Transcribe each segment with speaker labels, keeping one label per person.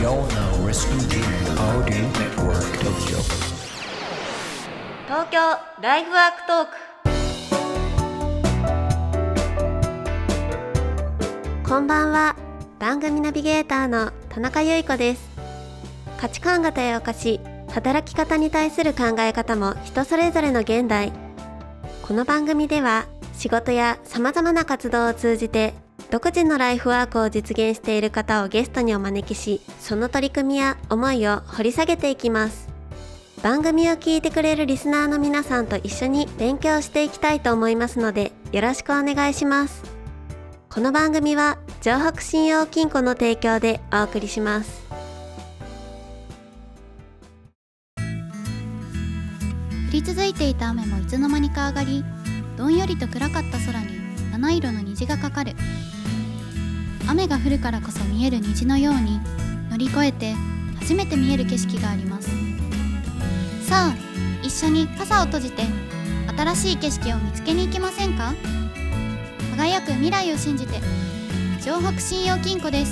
Speaker 1: You're now listening to Audio Network Tokyo.
Speaker 2: 東京ライフワークトーク。こんばんは。番組ナビゲーターの田中由衣子です。価値観が多様化し、働き方に対する考え方も人それぞれの現代。この番組では仕事や様々な活動を通じて独自のライフワークを実現している方をゲストにお招きし、その取り組みや思いを掘り下げていきます。番組を聞いてくれるリスナーの皆さんと一緒に勉強していきたいと思いますので、よろしくお願いします。この番組は城北信用金庫の提供でお送りします。
Speaker 3: 降り続いていた雨もいつの間にか上がり、どんよりと暗かった空に七色の虹がかかる。雨が降るからこそ見える虹のように、乗り越えて初めて見える景色があります。さあ、一緒に傘を閉じて新しい景色を見つけに行きませんか？輝く未来を信じて、城北信用金庫です。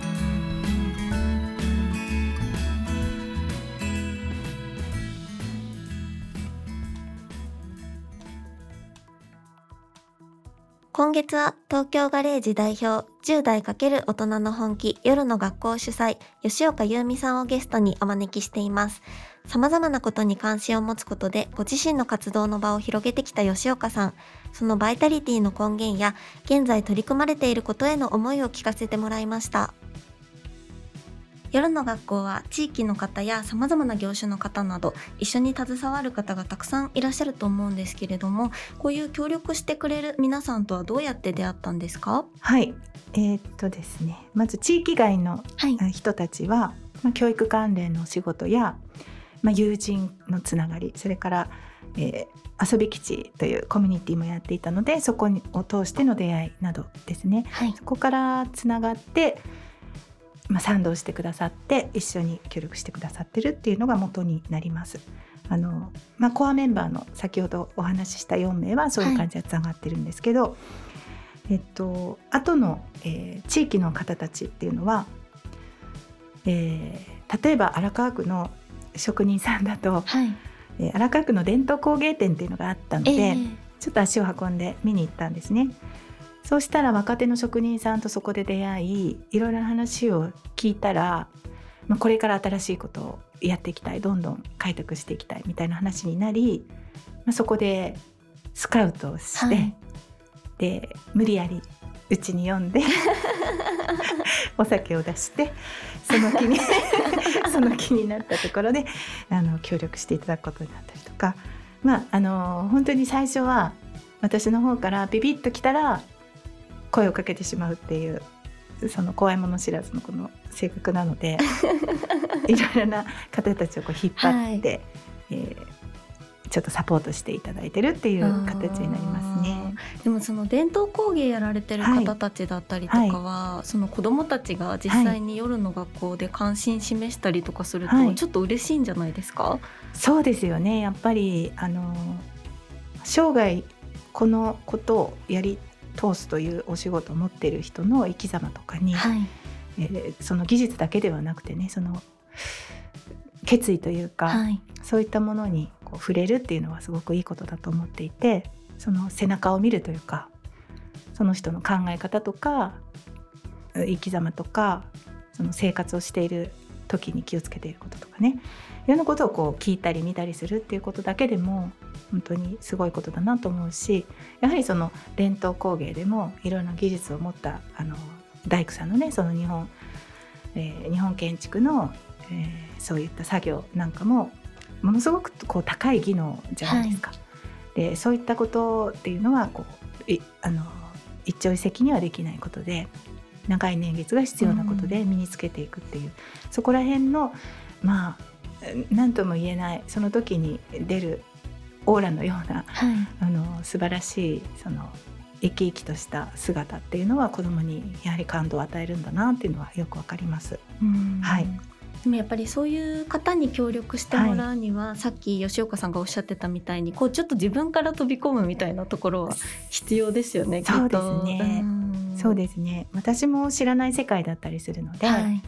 Speaker 2: 今月は東京ガレージ代表10代×大人の本気夜の学校主催吉岡優美さんをゲストにお招きしています。様々なことに関心を持つことでご自身の活動の場を広げてきた吉岡さん。そのバイタリティの根源や現在取り組まれていることへの思いを聞かせてもらいました。夜の学校は地域の方や様々な業種の方など一緒に携わる方がたくさんいらっしゃると思うんですけれども、こういう協力してくれる皆さんとはどうやって出会ったんですか？
Speaker 4: はい、ですね、まず地域外の人たちは、教育関連の仕事や、友人のつながり、それから、遊び基地というコミュニティもやっていたので、そこを通しての出会いなどですね、そこからつながって賛同してくださって一緒に協力してくださってるっていうのが元になります。コアメンバーの先ほどお話しした4名はそういう感じでつながってるんですけど、あとの、地域の方たちっていうのは、例えば荒川区の職人さんだと、荒川区の伝統工芸展っていうのがあったので、ちょっと足を運んで見に行ったんですね。そうしたら若手の職人さんとそこで出会い、いろいろな話を聞いたら、これから新しいことをやっていきたい、どんどん開拓していきたいみたいな話になり、そこでスカウトをして、で無理やりうちに呼んでお酒を出してその気になったところで協力していただくことになったりとか、本当に最初は私の方からビビッときたら声をかけてしまうっていう、その怖いもの知らずのこの性格なのでいろいろな方たちを引っ張って、ちょっとサポートしていただいてるっていう形になりますね。
Speaker 2: でもその伝統工芸やられてる方たちだったりとかは、その子どもたちが実際に夜の学校で関心示したりとかすると、ちょっと嬉しいんじゃないですか？
Speaker 4: そうですよね。やっぱり生涯このことをやり通すというお仕事を持っている人の生き様とかに、その技術だけではなくてね、その決意というか、そういったものに触れるっていうのはすごくいいことだと思っていて、その背中を見るというか、その人の考え方とか生き様とか、その生活をしている時に気をつけていることとかね、いろんなことを聞いたり見たりするっていうことだけでも本当にすごいことだなと思うし、やはりその伝統工芸でもいろんな技術を持った大工さんのね、その日本建築の、そういった作業なんかもものすごく高い技能じゃないですか。でそういったことっていうのは一朝一夕にはできないことで、長い年月が必要なことで身につけていくっていう、そこら辺の何とも言えないその時に出るオーラのような、素晴らしいその生き生きとした姿っていうのは子どもにやはり感動を与えるんだなっていうのはよくわかります。
Speaker 2: でもやっぱりそういう方に協力してもらうには、さっき吉岡さんがおっしゃってたみたいにちょっと自分から飛び込むみたいなところは必要ですよね。
Speaker 4: そうですね、そうですね。私も知らない世界だったりするので、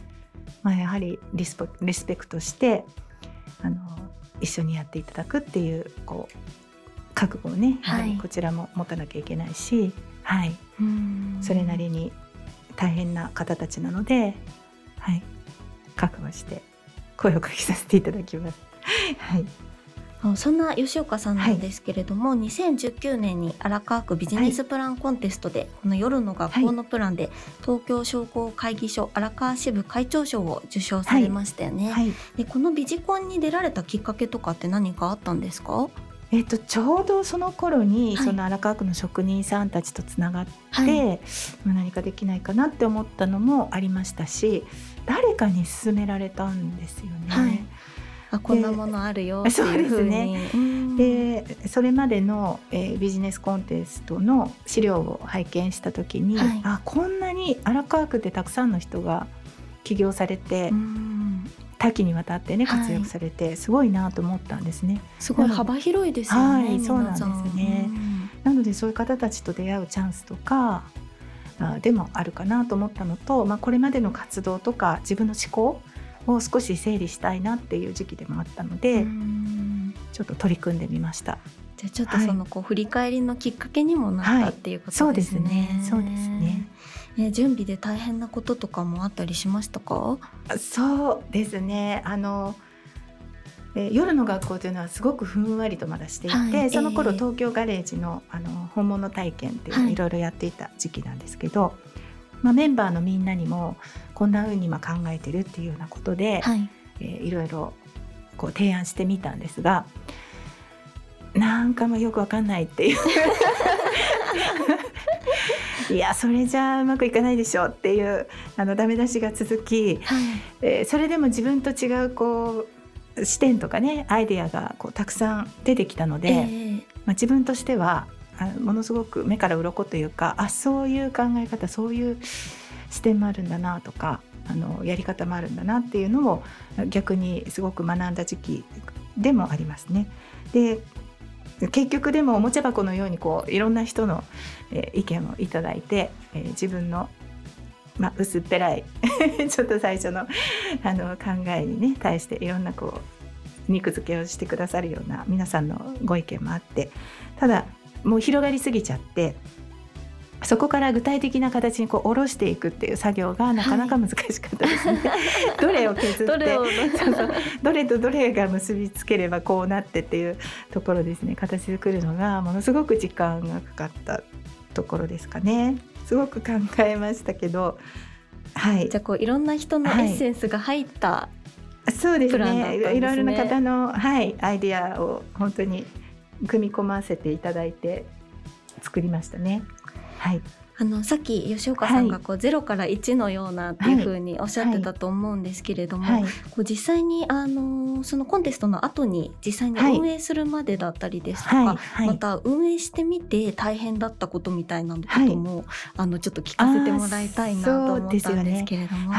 Speaker 4: やはりリスペクトして一緒にやっていただくっていう覚悟をね、やはりこちらも持たなきゃいけないし、はい、それなりに大変な方たちなので、はい、覚悟して声をかけさせていただきます。はい、
Speaker 2: そんな吉岡さんなんですけれども、はい、2019年に荒川区ビジネスプランコンテストで、はい、この夜の学校のプランで、はい、東京商工会議所荒川支部会長賞を受賞されましたよね、はいはい、でこのビジコンに出られたきっかけとかって何かあったんですか？
Speaker 4: ちょうどその頃に、その荒川区の職人さんたちとつながって、はい、何かできないかなって思ったのもありましたし、誰かに勧められたんですよね、
Speaker 2: はい、こんなものあるよっていうふうに。
Speaker 4: そうですね。でそれまでの、ビジネスコンテストの資料を拝見した時に、はい、こんなに荒川区ってたくさんの人が起業されて、多岐にわたってね活躍されて、はい、すごいなと思ったんですね。
Speaker 2: すごい幅広いですよね。はい、
Speaker 4: そうなんですね。なのでそういう方たちと出会うチャンスとかでもあるかなと思ったのと、これまでの活動とか自分の思考を少し整理したいなっていう時期でもあったので、ちょっと取り組んでみました。
Speaker 2: じゃあちょっとその振り返りのきっかけにもなったっていうことですね。
Speaker 4: そうですね。
Speaker 2: 準備で大変なこととかもあったりしましたか？
Speaker 4: そうですね。夜の学校というのはすごくふんわりとまだしていて、はい、その頃東京ガレージの、訪問体験っていうのをいろいろやっていた時期なんですけど、メンバーのみんなにもこんな風に考えてるっていうようなことで、はい、いろいろ提案してみたんですが、なんかよくわかんないっていういやそれじゃうまくいかないでしょっていうダメ出しが続き、はい、それでも自分と違う視点とかねアイデアがたくさん出てきたので、自分としてはものすごく目から鱗というか、そういう考え方、そういう視点もあるんだなとか、やり方もあるんだなっていうのを逆にすごく学んだ時期でもありますね。で結局でもおもちゃ箱のようにいろんな人の、意見をいただいて、自分の、薄っぺらいちょっと最初の、考えにね対していろんな肉付けをしてくださるような皆さんのご意見もあって、ただもう広がりすぎちゃって、そこから具体的な形に下ろしていくっていう作業がなかなか難しかったですね、はい、どれを削ってどれとどれが結びつければこうなってっていうところですね、形作るのがものすごく時間がかかったところですかね。すごく考えましたけど、はい、
Speaker 2: じゃあいろんな人のエッセンスが入った、はい、
Speaker 4: そうですね、いろいろな方の、はい、アイデアを本当に組み込ませていただいて作りましたね。はい、
Speaker 2: さっき吉岡さんが0から1のようなっていうふうにおっしゃってたと思うんですけれども、実際にそのコンテストの後に実際に運営するまでだったりですとか、また運営してみて大変だったことみたいなことも、ちょっと聞かせてもらいたいなと思ったんですけれども、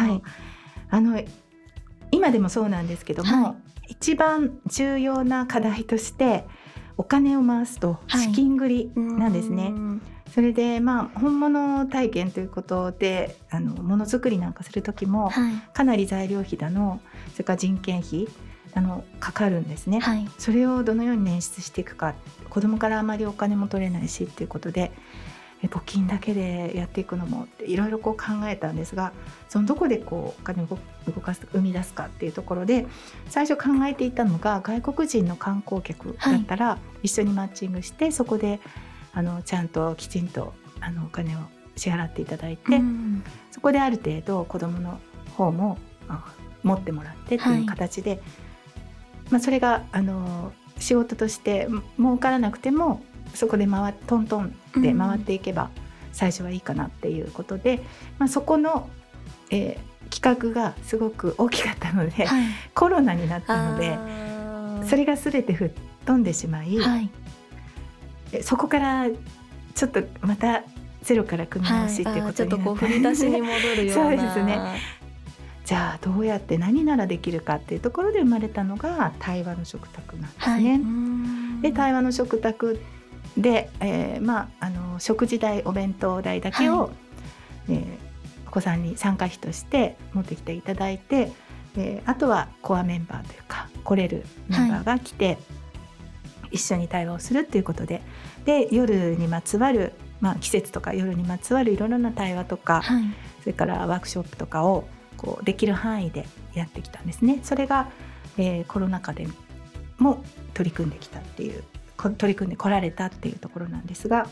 Speaker 4: 今でもそうなんですけども、一番重要な課題としてお金を回すと資金繰りなんですね。それで本物体験ということでものづくりなんかする時も、かなり材料費だの、それから人件費かかるんですね、それをどのように捻出していくか、子どもからあまりお金も取れないしっていうことで、募金だけでやっていくのもいろいろ考えたんですが、そのどこでお金を動かす、生み出すかっていうところで最初考えていたのが、外国人の観光客だったら一緒にマッチングして、そこでちゃんときちんとお金を支払っていただいて、そこである程度子どもの方も持ってもらってっていう形で、それが仕事として儲からなくてもそこでトントンで回っていけば最初はいいかなっていうことで、そこの、企画がすごく大きかったので、コロナになったのでそれが全て吹っ飛んでしまい、そこからちょっとまたゼロから組み直しっていうことになって、
Speaker 2: ちょっと振り出しに戻るような
Speaker 4: そうですね。じゃあどうやって何ならできるかっていうところで生まれたのが対話の食卓なんですね、で対話の食卓で、食事代、お弁当代だけを、 子さんに参加費として持ってきていただいて、あとはコアメンバーというか来れるメンバーが来て、一緒に対話をするっていうことで、夜にまつわる、季節とか夜にまつわるいろいろな対話とか、それからワークショップとかをこうできる範囲でやってきたんですね。それが、コロナ禍でも取り組んでこられたっていうところなんですが、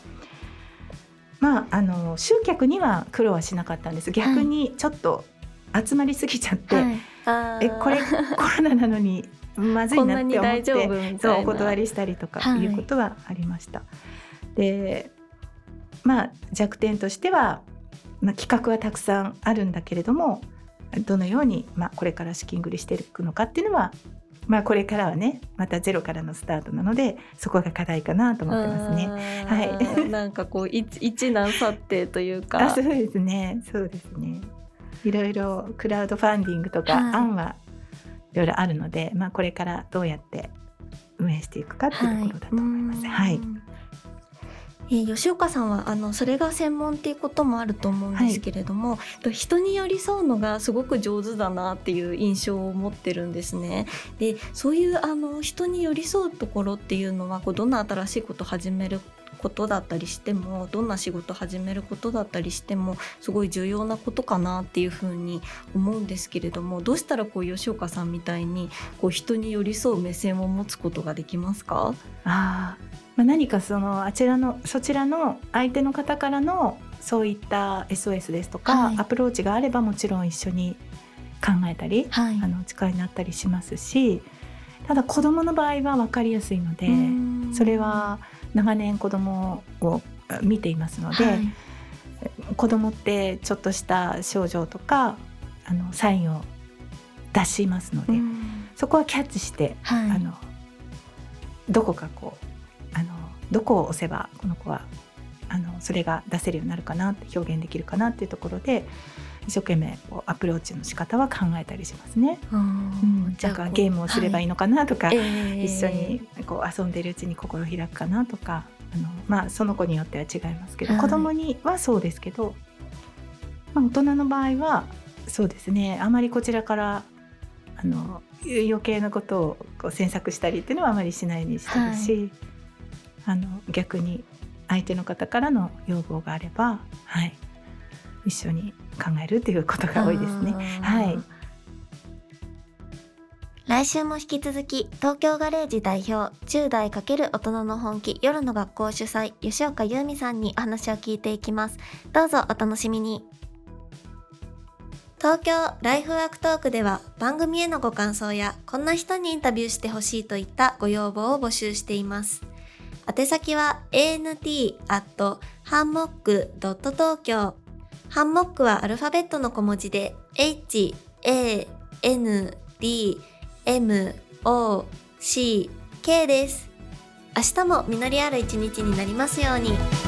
Speaker 4: 集客には苦労はしなかったんです。逆にちょっと集まりすぎちゃって、これコロナなのにまずいなって思ってお断りしたりとかいうことはありました。で、弱点としては、企画はたくさんあるんだけれども、どのように、これから資金繰りしていくのかっていうのは、これからはねまたゼロからのスタートなので、そこが課題かなと思ってますね。はい、
Speaker 2: なんかこう一難去ってというか
Speaker 4: そうですね。いろいろクラウドファンディングとか案はいろいろあるので、これからどうやって運営していくかっていうところだと思います。
Speaker 2: 吉岡さんはそれが専門っていうこともあると思うんですけれども、人に寄り添うのがすごく上手だなっていう印象を持ってるんですね。で、そういう人に寄り添うところっていうのはどんな新しいことを始めることだったりしても、どんな仕事を始めることだったりしてもすごい重要なことかなっていうふうに思うんですけれども、どうしたら吉岡さんみたいに人に寄り添う目線を持つことができますか？
Speaker 4: 何かそちらの相手の方からのそういった SOS ですとか、アプローチがあればもちろん一緒に考えたり、力になったりしますし、ただ子どもの場合は分かりやすいので、それは長年子どもを見ていますので、子どもってちょっとした症状とかサインを出しますので、そこはキャッチして、どこかどこを押せばこの子はそれが出せるようになるかなって、表現できるかなっていうところで一生懸命アプローチの仕方は考えたりしますね。じゃあゲームをすればいいのかなとか、一緒に遊んでいるうちに心開くかなとか、その子によっては違いますけど、子供にはそうですけど、大人の場合はそうですね、あまりこちらから余計なことを詮索したりっていうのはあまりしないようにしてるし、逆に相手の方からの要望があれば、一緒に考えるということが多いですね。
Speaker 2: 来週も引き続き東京ガレージ代表10代×大人の本気夜の学校主催吉岡優美さんにお話を聞いていきます。どうぞお楽しみに。東京ライフワークトークでは番組へのご感想やこんな人にインタビューしてほしいといったご要望を募集しています。宛先は ant@hanmock.tokyo。 ハンモックはアルファベットの小文字で HANDMOCK です。明日も実りある一日になりますように。